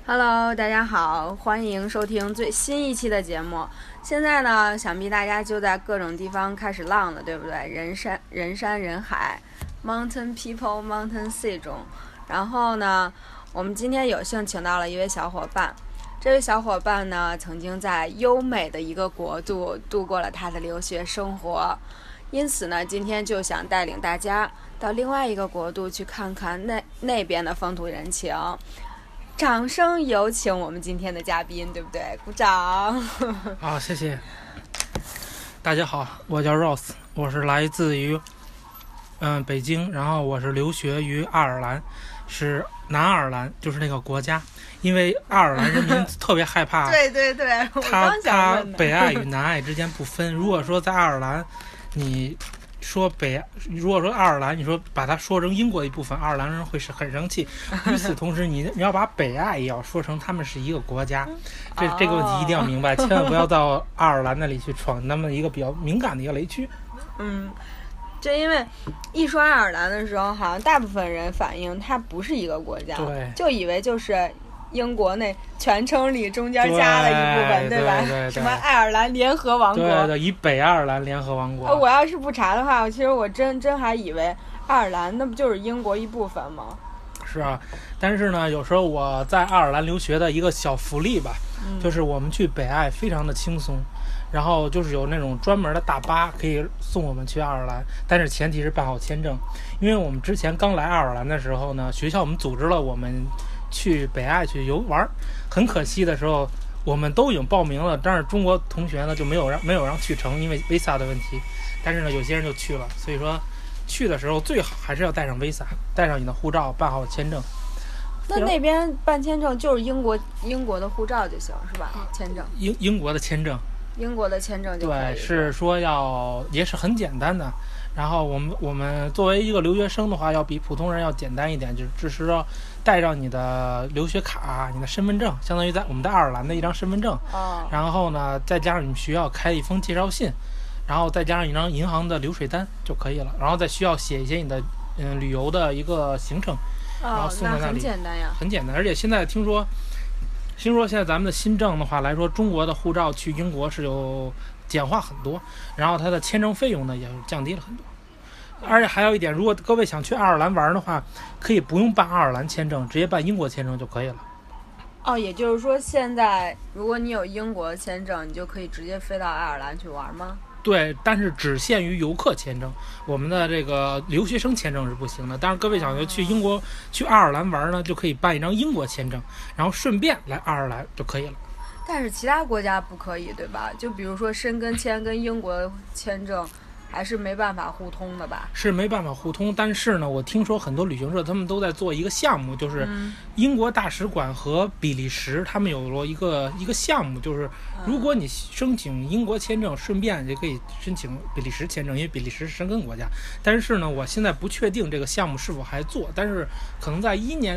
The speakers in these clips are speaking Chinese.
Hello， 大家好，欢迎收听最新一期的节目。现在呢，想必大家就在各种地方开始浪了，对不对？人山人海 ，Mountain People Mountain Sea 中。然后呢，我们今天有幸请到了一位小伙伴。这位小伙伴呢，曾经在优美的一个国度度过了他的留学生活，因此呢，今天就想带领大家到另外一个国度去看看那边的风土人情。掌声有请我们今天的嘉宾，对不对？鼓掌。 好，谢谢。大家好，我叫 Rose， 我是来自于北京，然后我是留学于爱尔兰，是南爱尔兰，就是那个国家。因为爱尔兰人民特别害怕， 对， 他北爱与南爱之间不分。如果说在爱尔兰，你说如果说爱尔兰，你说把它说成英国的一部分，爱尔兰人会是很生气。与此同时，你要把北爱也要说成他们是一个国家，这个问题一定要明白，千万不要到爱尔兰那里去闯那么一个比较敏感的一个雷区。 就因为一说爱尔兰的时候，好像大部分人反应它不是一个国家， 对， 就以为就是英国那全称里中间加了一部分， 对吧？ 对， 什么爱尔兰联合王国， 对，以北爱尔兰联合王国。 我要是不查的话，其实我真还以为爱尔兰那不就是英国一部分吗？ 是啊，但是呢，有时候我在爱尔兰留学的一个小福利吧，就是我们去北爱非常的轻松，然后就是有那种专门的大巴可以送我们去爱尔兰，但是前提是办好签证。因为我们之前刚来爱尔兰的时候呢，学校我们组织了我们去北爱去游玩，很可惜的时候我们都已经报名了，但是中国同学呢就没有让去成，因为 visa 的问题。但是呢，有些人就去了，所以说去的时候最好还是要带上 visa， 带上你的护照，办好签证。 那边办签证就是英国的护照就行是吧？签证英国的签证， 英国的签证就可以。 对，是说也是很简单的。然后我们作为一个留学生的话，要比普通人要简单一点，就只是要带上你的留学卡、你的身份证，相当于我们在爱尔兰的一张身份证。然后呢，再加上你们学校开一封介绍信，然后再加上一张银行的流水单就可以了。然后再需要写一些你的旅游的一个行程，然后送到那里。 很简单呀。 很简单，而且现在听说现在咱们的新政的话来说，中国的护照去英国是有简化很多，然后它的签证费用呢也降低了很多。而且还有一点，如果各位想去爱尔兰玩的话，可以不用办爱尔兰签证，直接办英国签证就可以了。 也就是说现在如果你有英国签证，你就可以直接飞到爱尔兰去玩吗？ 对，但是只限于游客签证，我们的这个留学生签证是不行的。但是各位想去英国、去爱尔兰玩呢，就可以办一张英国签证，然后顺便来爱尔兰就可以了。 但是其他国家不可以，对吧？就比如说申根签跟英国签证还是没办法互通的吧？ 是没办法互通，但是呢，我听说很多旅行社他们都在做一个项目，就是英国大使馆和比利时他们有了一个项目，就是如果你申请英国签证，顺便也可以申请比利时签证，因为比利时是申根国家。但是呢，我现在不确定这个项目是否还做，但是可能在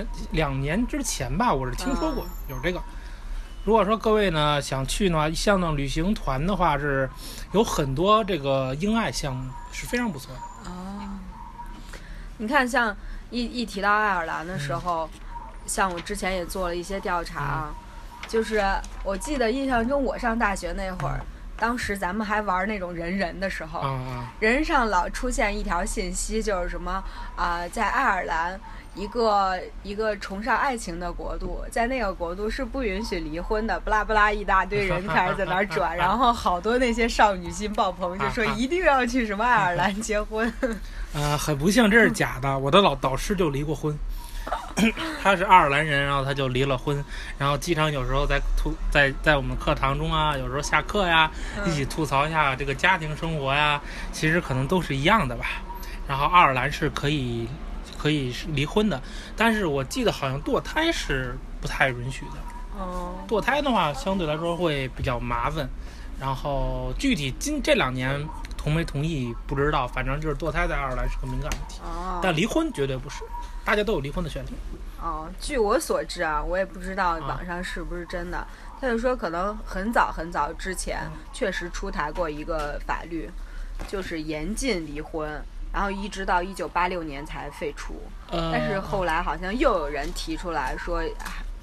2年之前吧，我是听说过有这个。如果说各位呢想去呢，像那旅行团的话，是有很多这个英爱项目是非常不错的。 你看像一提到爱尔兰的时候，像我之前也做了一些调查，就是我记得印象中我上大学那会儿，当时咱们还玩那种人的时候，人上老出现一条信息，就是什么在爱尔兰一个崇尚爱情的国度，在那个国度是不允许离婚的，不拉不拉一大堆人开始在那儿转，然后好多那些少女心爆棚，就说一定要去什么爱尔兰结婚。 很不幸这是假的，我的导师就离过婚。他是爱尔兰人，然后他就离了婚，然后经常有时候在我们课堂中啊，有时候下课呀，一起吐槽一下这个家庭生活呀，其实可能都是一样的吧。然后爱尔兰是可以离婚的，但是我记得好像堕胎是不太允许的。堕胎的话相对来说会比较麻烦，然后具体这2年同没同意不知道，反正就是堕胎在爱尔兰是个敏感问题，但离婚绝对不是，大家都有离婚的权利。 据我所知啊，我也不知道网上是不是真的，他就说可能很早之前确实出台过一个法律，就是严禁离婚，然后一直到1986年才废除。但是后来好像又有人提出来说，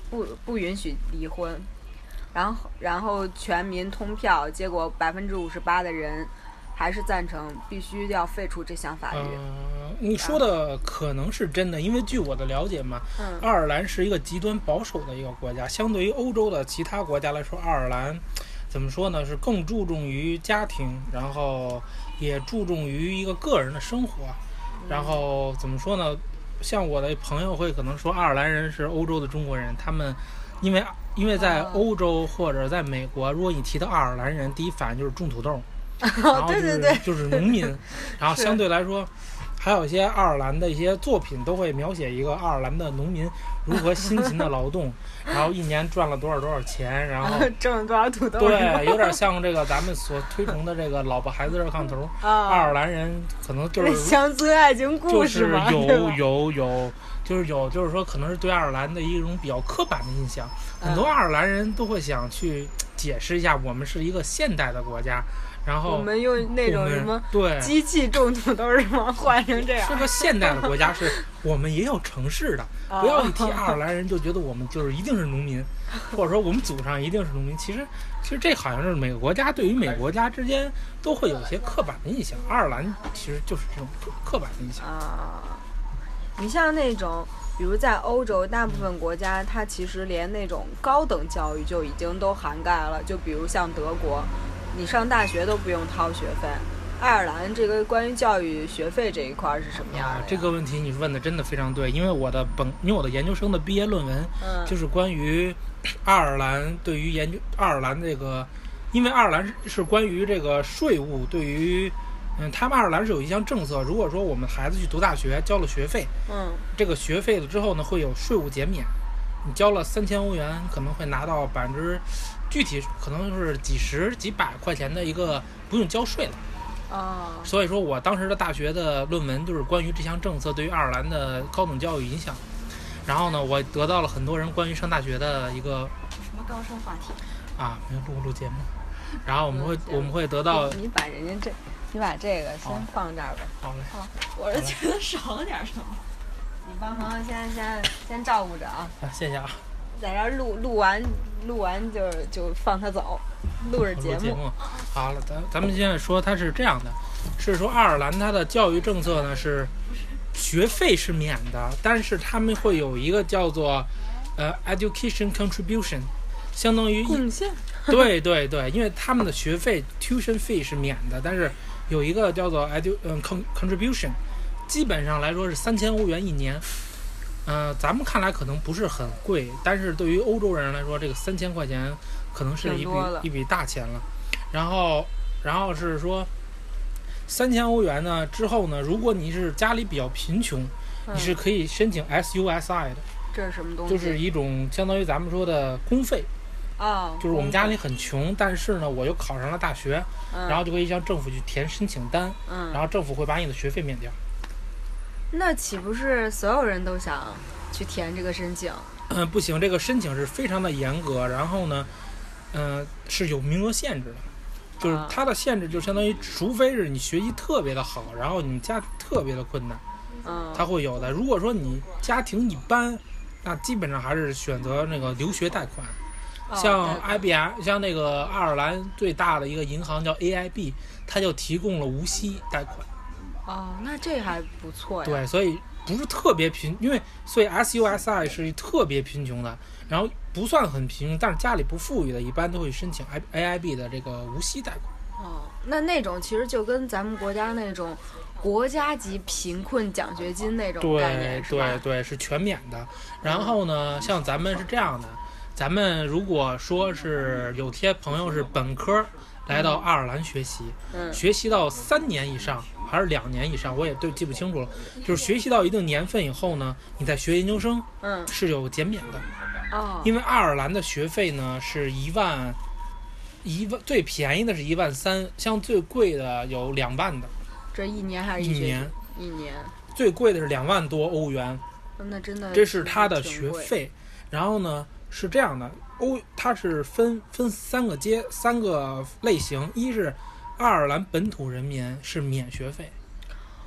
不允许离婚，然后全民通票，结果58%的人还是赞成必须要废除这项法律。 你说的可能是真的，因为据我的了解嘛，爱尔兰是一个极端保守的一个国家，相对于欧洲的其他国家来说，爱尔兰怎么说呢？是更注重于家庭，然后也注重于一个个人的生活，然后怎么说呢？像我的朋友会可能说，爱尔兰人是欧洲的中国人，他们因为在欧洲或者在美国，如果你提到爱尔兰人，第一反应就是种土豆，然后就是农民，然后相对来说。还有一些爱尔兰的一些作品都会描写一个爱尔兰的农民如何辛勤的劳动，然后一年赚了多少钱，然后挣了多少土豆。 对，有点像这个咱们所推崇的这个老婆孩子热炕头。爱尔兰人可能就是乡村爱情故事嘛， 就是说可能是对爱尔兰的一种比较刻板的印象。很多爱尔兰人都会想去解释一下，我们是一个现代的国家。然后我们用那种什么机器种土豆是吗？换成这样是个现代的国家，是我们也有城市的。不要一提爱尔兰人就觉得我们就是一定是农民，或者说我们祖上一定是农民。其实这好像是每个国家对于每个国家之间都会有一些刻板的印象。爱尔兰其实就是这种刻板的印象你像那种比如在欧洲大部分国家，它其实连那种高等教育就已经都涵盖了，就比如像德国，你上大学都不用掏学费。爱尔兰这个关于教育学费这一块是什么样的？ 这个问题你问的真的非常对，因为我的研究生的毕业论文就是关于爱尔兰对于研究爱尔兰这个，因为爱尔兰是关于这个税务，对于他们爱尔兰是有一项政策，如果说我们孩子去读大学交了学费，这个学费了之后呢会有税务减免，你交了3000欧元可能会拿到具体可能是几十几百块钱的一个不用交税了。所以说我当时的大学的论文就是关于这项政策对于爱尔兰的高等教育影响。然后呢，我得到了很多人关于上大学的一个什么高深话题没有录节目。然后我们会得到你把这个先放这儿吧。 好嘞。 我是觉得少了点什么。你帮忙先照顾着啊。 谢谢啊。 在这儿录完就放他走，录着节目。 好了，咱们现在说它是这样的，是说爱尔兰它的教育政策呢是学费是免的，但是他们会有一个叫做education contribution， 相当于贡献。 对，因为他们的学费 tuition fee 是免的，但是有一个叫做contribution， 基本上来说是3000欧元一年。咱们看来可能不是很贵，但是对于欧洲人来说，这个3000块钱可能是一笔大钱了。然后是说3000欧元呢之后呢，如果你是家里比较贫穷，你是可以申请 SUSI 的。 这是什么东西？ 就是一种相当于咱们说的公费。就是我们家里很穷，但是呢我又考上了大学，然后就可以向政府去填申请单，然后政府会把你的学费免掉。 那岂不是所有人都想去填这个申请？ 不行，这个申请是非常的严格，然后呢是有名额限制的，就是它的限制就相当于除非是你学习特别的好，然后你家庭特别的困难，它会有的。如果说你家庭一般，那基本上还是选择那个留学贷款。像 IBM， 像那个爱尔兰最大的一个银行叫 AIB， 它就提供了无息贷款。 那这还不错呀。 对，所以不是特别贫，所以 SUSI 是特别贫穷的，然后不算很贫，但是家里不富裕的，一般都会申请 AIB 的这个无息贷款。 那种其实就跟咱们国家那种国家级贫困奖学金那种概念是吧？ 对，是全免的。然后呢，像咱们是这样的，咱们如果说是有些朋友是本科来到爱尔兰学习，学习到3年以上还是2年以上，我也记不清楚了。就是学习到一定年份以后呢，你再学研究生，是有减免的。因为爱尔兰的学费呢是1万，最便宜的是13000，像最贵的有2万的。 这一年还是一年？ 一年。最贵的是2万多欧元。 那真的。 这是他的学费。然后呢是这样的。它是分3个类型，一是爱尔兰本土人民是免学费，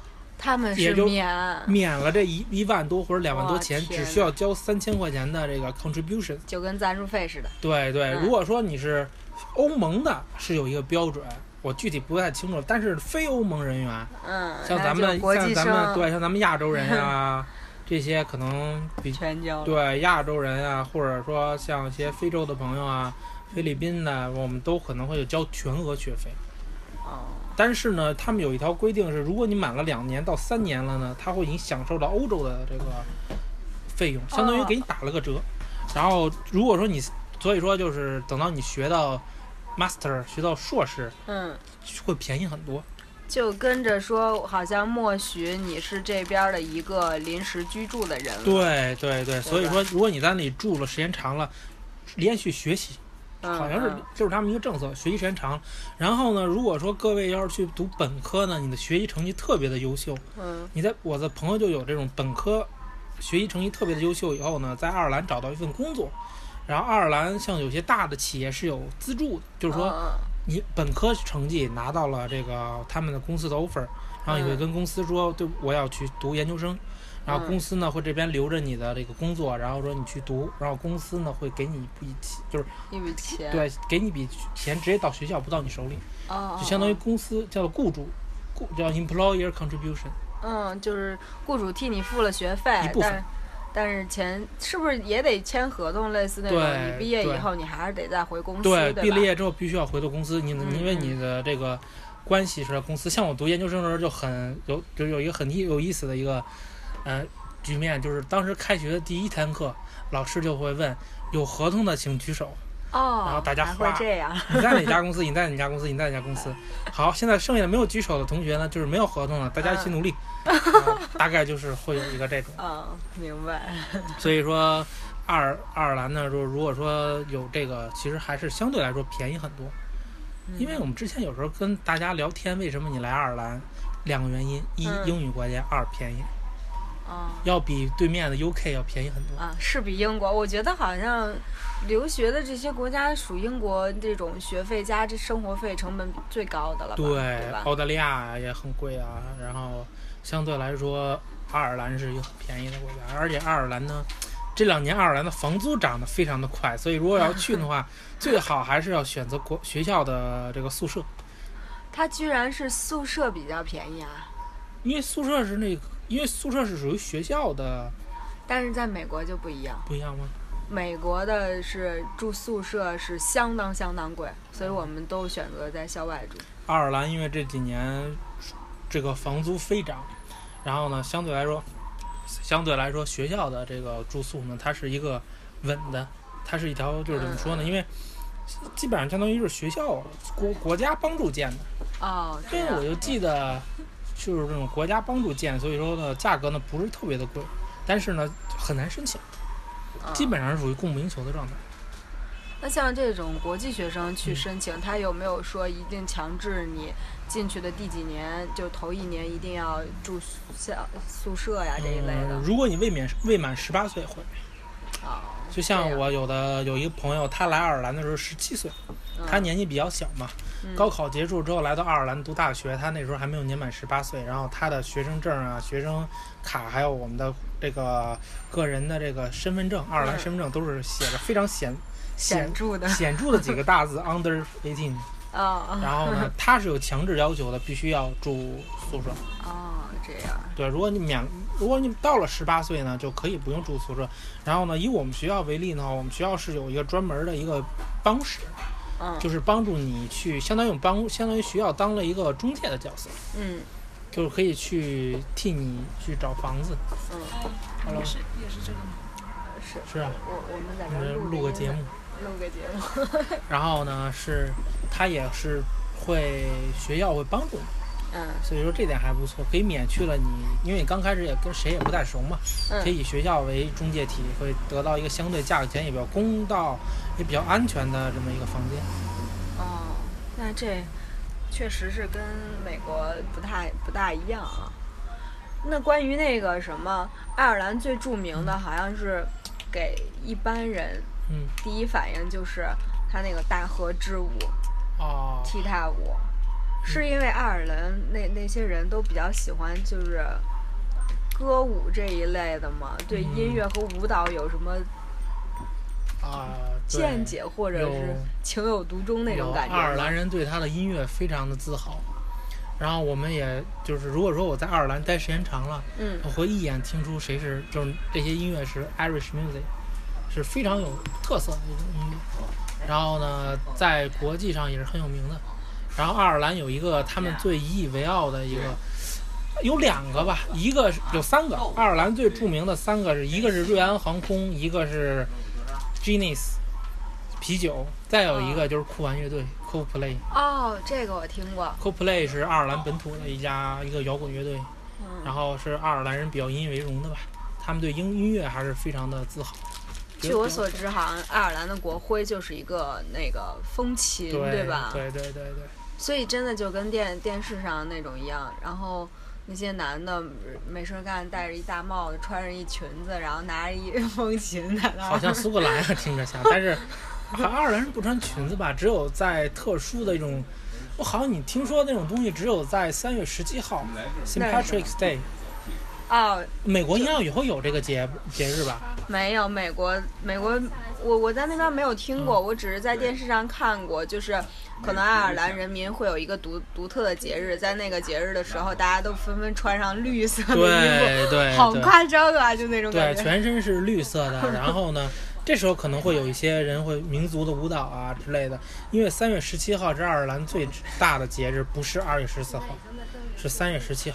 他们是也就免了这一万多或者2万多钱， 天只需要交3000块钱的这个 contribution， 就跟赞助费似的。 对对，如果说你是欧盟的，是有一个标准，我具体不太清楚，但是非欧盟人员，像咱们像咱们亚洲人啊，这些可能比全交对亚洲人啊，或者说像一些非洲的朋友啊，菲律宾的，我们都可能会交全额学费。但是呢，他们有一条规定是，如果你满了2年到3年了呢，他会你享受到欧洲的这个费用，相当于给你打了个折。然后如果说你，所以说就是等到你学到 master 学到硕士，会便宜很多。 就跟着说，好像默许你是这边的一个临时居住的人了。 对对对，所以说如果你在那里住了时间长了，连续学习。好像是就是他们一个政策，学习时间长。然后呢，如果说各位要是去读本科呢，你的学习成绩特别的优秀，我的朋友就有这种本科学习成绩特别的优秀以后呢，在爱尔兰找到一份工作，然后爱尔兰像有些大的企业是有资助的，就是说你本科成绩拿到了这个他们的公司的 offer， 然后你会跟公司说，对，我要去读研究生。然后公司呢会这边留着你的这个工作，然后说你去读，然后公司呢会给你就是一笔钱， 对，给你笔钱直接到学校，不到你手里，就相当于公司叫雇主，叫 employer contribution， 就是雇主替你付了学费， 一部分， 但是钱是不是也得签合同，类似那种你毕业以后你还是得再回公司，对， 毕了业之后必须要回到公司，因为你的这个关系是公司。像我读研究生的时候就有一个很有意思的一个局面，就是当时开学的第1堂课，老师就会问有合同的请举手，然后大家会这样， 你在哪家公司？你在哪家公司？你在哪家公司？好，现在剩下的没有举手的同学呢，就是没有合同了，大家一起努力，大概就是会有一个这种。 明白。 所以说爱尔兰呢，如果说有这个，其实还是相对来说便宜很多。因为我们之前有时候跟大家聊天，为什么你来爱尔兰？2个原因：一，英语国家；二，便宜。要比对面的 UK 要便宜很多是比英国，我觉得好像留学的这些国家属英国这种学费加这生活费成本最高的了吧？对吧？ 澳大利亚也很贵啊，然后相对来说爱尔兰是一个很便宜的国家，而且爱尔兰呢这2年爱尔兰的房租涨得非常的快，所以如果要去的话最好还是要选择学校的这个宿舍。 它居然是宿舍比较便宜啊？ 因为宿舍是属于学校的， 但是在美国就不一样。 不一样吗？ 美国的是住宿舍是相当贵，所以我们都选择在校外住。 爱尔兰因为这几年这个房租飞涨，然后呢相对来说学校的这个住宿呢，它是一个稳的，它是一条就是怎么说呢？因为基本上相当于是学校国家帮助建的。因为我就记得。就是这种国家帮助建，所以说呢价格呢不是特别的贵，但是呢很难申请，基本上是属于供不应求的状态。 那像这种国际学生去申请，他有没有说一定强制你进去的第几年，就头1年一定要住宿舍呀这一类的？ 如果你未满18岁会。就像我有一个朋友，他来爱尔兰的时候17岁，他年纪比较小嘛。高考结束之后来到爱尔兰读大学，他那时候还没有年满18岁，然后他的学生证啊、学生卡，还有我们的这个个人的这个身份证，爱尔兰身份证都是写着非常显著的几个大字under 18。然后呢，他是有强制要求的，必须要住宿舍。 这样。对， 如果你到了18岁呢，就可以不用住宿舍。然后呢，以我们学校为例呢，我们学校是有一个专门的一个帮室。就是帮助你去，相当于学校当了一个中介的角色，就是可以去替你去找房子。 也是这个吗？ 是啊， 我们在这录个节目。然后呢，他也是学校会帮助你。所以说这点还不错，可以免去了你，因为你刚开始也跟谁也不太熟嘛，可以以学校为中介体，会得到一个相对价格钱也比较公道、也比较安全的这么一个房间。 那这确实是跟美国不大一样啊。那关于那个什么，爱尔兰最著名的好像是给一般人，第一反应就是他那个大河之舞，踢踏舞。 是因为爱尔兰那些人都比较喜欢就是歌舞这一类的吗？对音乐和舞蹈有什么见解，或者是情有独钟那种感觉？ 爱尔兰人对他的音乐非常的自豪。然后我们也就是如果说我在爱尔兰待时间长了，我会一眼听出谁是，就是这些音乐是 Irish music， 是非常有特色的一种音乐。然后呢，在国际上也是很有名的。然后爱尔兰有一个他们最引以为傲的一个，有2个吧，有3个。爱尔兰最著名的3个一个是瑞安航空，一个是 Guinness 啤酒，再有一个就是酷玩乐队 Coldplay。 这个我听过。 Coldplay 是爱尔兰本土的一个摇滚乐队，然后是爱尔兰人比较引以为荣的吧。他们对音乐还是非常的自豪。 据我所知，好像爱尔兰的国徽就是一个那个风琴，对吧？ 对。 所以真的就跟电视上那种一样，然后那些男的没事干，戴着一大帽子，穿着一裙子，然后拿着一风琴在那儿。 好像苏格兰啊，听着像，但是爱尔兰人不穿裙子吧？只有在特殊的一种，我好像你听说那种东西，只有在3月17号 St. Patrick's Day。美国应该也会有这个节日吧？ 没有，美国，我在那边没有听过，我只是在电视上看过，就是可能爱尔兰人民会有一个独特的节日，在那个节日的时候，大家都纷纷穿上绿色的衣服， 对， 好夸张啊，就那种感觉。 对，全身是绿色的，然后呢，这时候可能会有一些人会民族的舞蹈啊之类的，因为3月17号是爱尔兰最大的节日，不是2月14号，是3月17号。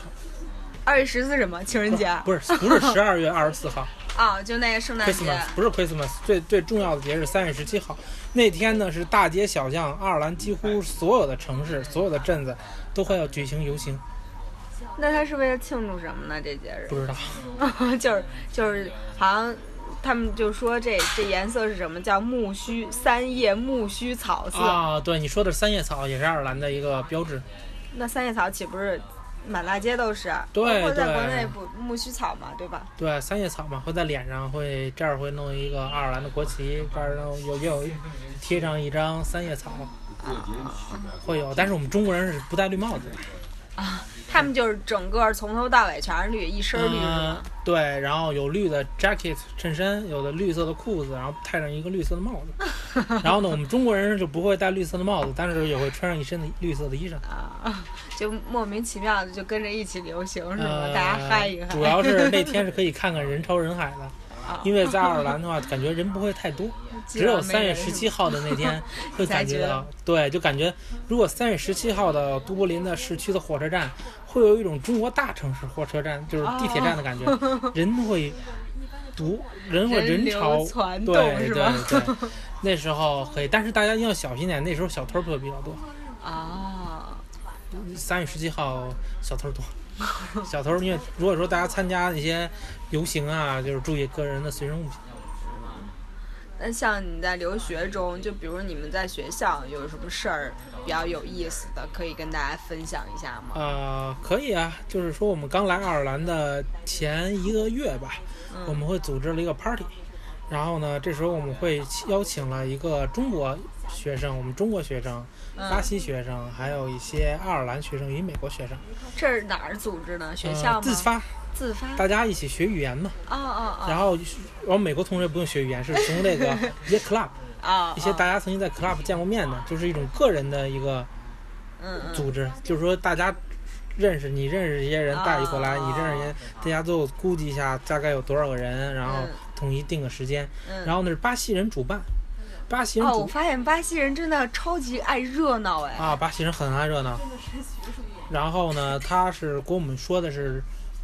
2月14什么？情人节？ 不是12月24号。 就那个圣诞节。 Christmas 不是 Christmas， 最重要的节日3月17号。那天呢是大街小巷，爱尔兰几乎所有的城市、所有的镇子都会要举行游行。 那他是为了庆祝什么呢？这节日？ 不知道。 就是好像他们就说这颜色是什么？叫木须，3叶木须草色。 对，你说的3叶草也是爱尔兰的一个标志。 那3叶草岂不是满大街都是？ 对， 包括在国内不木须草嘛，对吧？ 对，3叶草嘛，会在脸上这儿会弄一个爱尔兰的国旗，这儿有贴上一张3叶草，会有。但是我们中国人是不戴绿帽子的。 他们就是整个从头到尾全是绿，一身绿。 对，然后有绿的 jacket 衬衫，有的绿色的裤子，然后戴上一个绿色的帽子。然后呢，我们中国人就不会戴绿色的帽子，但是也会穿上一身的绿色的衣裳。 就莫名其妙的就跟着一起流行是吗？大家嗨一嗨。 主要是那天是可以看看人潮人海的。因为在爱尔兰的话，感觉人不会太多，只有3月17号的那天会感觉到，对，就感觉如果3月17号的都柏林的市区的火车站，会有一种中国大城市火车站，就是地铁站的感觉，人会人潮对，那时候可以，但是大家一定要小心点，那时候小偷会比较多。3月17号小偷多。小偷，因为如果说大家参加那些游行啊，就是注意个人的随身物品。 那像你在留学中，就比如你们在学校有什么事儿比较有意思的，可以跟大家分享一下吗？ 可以啊，就是说我们刚来爱尔兰的前1个月吧，我们会组织了一个 party， 然后呢，这时候我们会邀请了一个中国学生，我们中国学生。巴西学生，还有一些爱尔兰学生与美国学生。 这是哪儿组织的？学校吗？自发， 大家一起学语言嘛。然后我们美国同学不用学语言，是从那个一些 club 一些大家曾经在 club 见过面的，就是一种个人的一个组织，就是说大家你认识一些人带过来，你认识人，大家都估计一下大概有多少个人，然后统一定个时间。然后那是巴西人主办。 我发现巴西人真的超级爱热闹巴西人很爱热闹。然后呢，他是跟我们说的是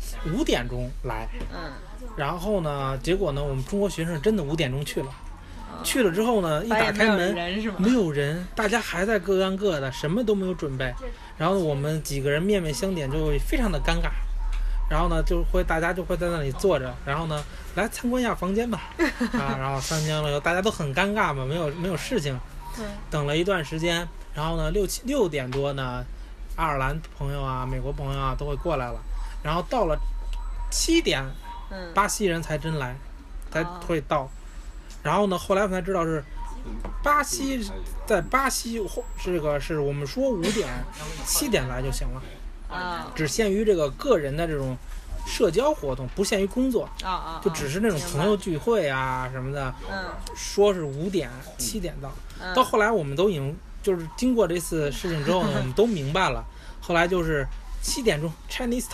5点钟来，然后呢，结果呢，我们中国学生真的5点钟去了，去了之后呢，一打开门没有人，大家还在各干各的，什么都没有准备。然后我们几个人面面相点，就会非常的尴尬。然后呢，大家就会在那里坐着，然后呢，来参观一下房间吧，然后参观了以后，大家都很尴尬嘛，没有事情，等了一段时间，然后呢6点多呢，爱尔兰朋友啊、美国朋友啊都会过来了，然后到了7点，巴西人才真来，才会到，然后呢，后来我才知道是在巴西这个是我们说5点7点来就行了啊， 只限于这个个人的这种社交活动，不限于工作就只是那种朋友聚会啊什么的。说是5点7点到后来我们都已经就是经过这次事情之后呢，我们都明白了。后来就是7点钟 Chinese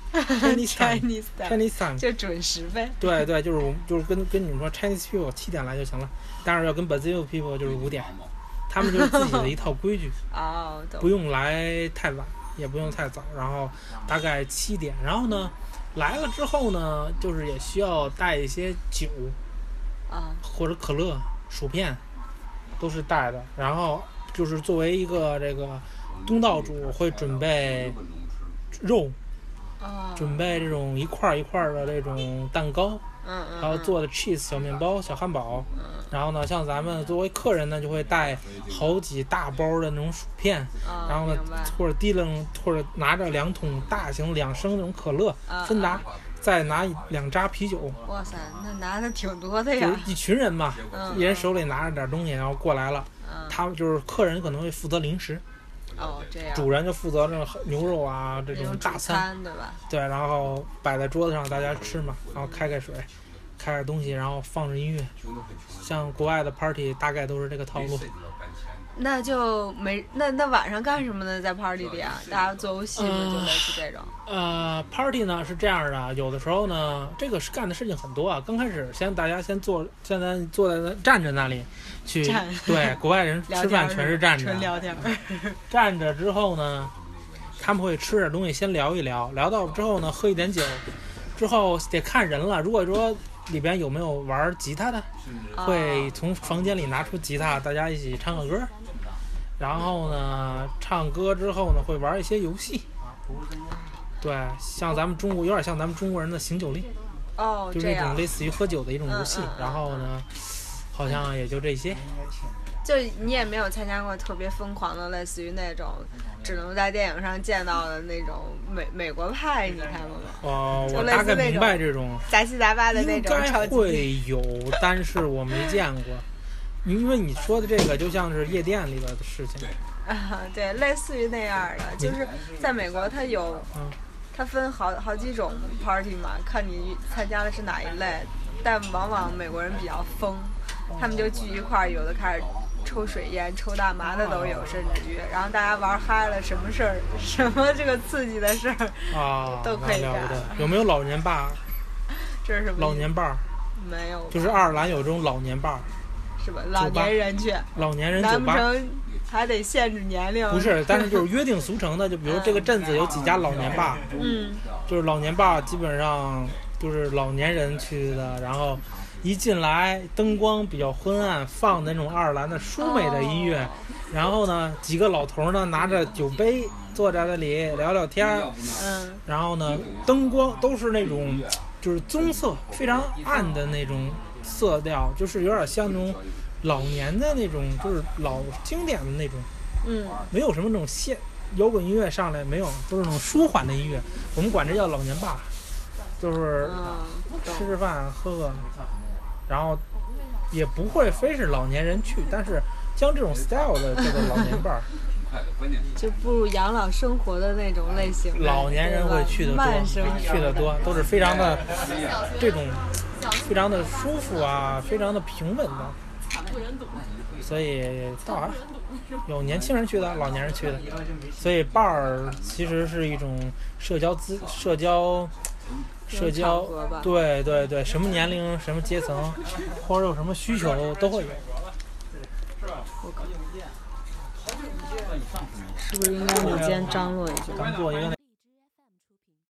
time 就准时呗。 对，就是跟你们说 Chinese people 7点来就行了，当然要跟 Brazil people 就是5点，他们就是自己的一套规矩不用来太晚，也不用太早，然后大概7点，然后呢来了之后呢，就是也需要带一些酒或者可乐、薯片，都是带的。然后就是作为一个这个东道主会准备肉，准备这种一块一块的这种蛋糕，还有做的 cheese 小面包、小汉堡。然后呢，像咱们作为客人呢，就会带好几大包的那种薯片，然后呢，或者拿着2桶大型2升那种可乐，芬达，再拿2扎啤酒。 哇塞，那拿的挺多的呀！ 就是一群人嘛，一人手里拿着点东西，然后过来了。他们就是客人可能会负责零食。 这样。 主人就负责这种牛肉啊这种大餐， 对吧？ 对，然后摆在桌子上大家吃嘛，然后开水。开点东西，然后放着音乐，像国外的 party 大概都是这个套路。 那就没那晚上干什么呢？在 party 里啊，大家做游戏就类似这种。 party 呢是这样的，有的时候呢，这个是干的事情很多啊。刚开始大家先坐在站着那里去，对，国外人吃饭全是站着， 纯聊天。 站着之后呢，他们会吃点东西，先聊一聊，聊到之后呢，喝一点酒，之后得看人了。如果说里边有没有玩吉他的，会从房间里拿出吉他，大家一起唱个歌。然后呢，唱歌之后呢，会玩一些游戏。对，像咱们中国有点像咱们中国人的醒酒令，就是一种类似于喝酒的一种游戏。然后呢，好像也就这些。 就你也没有参加过特别疯狂的，类似于那种只能在电影上见到的那种美国派，你看过吗？ 我大概明白这种杂七杂八的那种。 应该会有，但是我没见过。因为你说的这个就像是夜店里边的事情。 对，类似于那样的，就是在美国它有，它分好几种 party 嘛，看你参加的是哪一类。但往往美国人比较疯，他们就聚一块儿，有的开始抽水烟、抽大麻的都有，甚至于，然后大家玩嗨了，什么事儿，什么这个刺激的事儿都可以干。 有没有老年吧？ 这是什么？ 老年吧？ 没有。 就是爱尔兰有这种老年吧？ 是吧？老年人去。 老年人酒吧。 难不成还得限制年龄？ 不是，但是就是约定俗成的，就比如这个镇子有几家老年吧，就是老年吧基本上就是老年人去的，然后一进来灯光比较昏暗，放那种爱尔兰的舒美的音乐，然后呢几个老头呢拿着酒杯坐在那里聊聊天，然后呢灯光都是那种就是棕色非常暗的那种色调，就是有点像那种老年的那种，就是老经典的那种，没有什么那种摇滚音乐上来，没有，都是那种舒缓的音乐，我们管这叫老年吧，就是吃饭喝喝，然后也不会非是老年人去，但是像这种 style 的这个老年吧就步入养老生活的那种类型， 老年人会去的多，都是非常的这种非常的舒服啊，非常的平稳的。所以倒还有年轻人去的，老年人去的，所以 bar 其实是一种社交，对对对，什么年龄、什么阶层，或者有什么需求都会有。 是不是应该午间张罗一下？ 咱们做一个。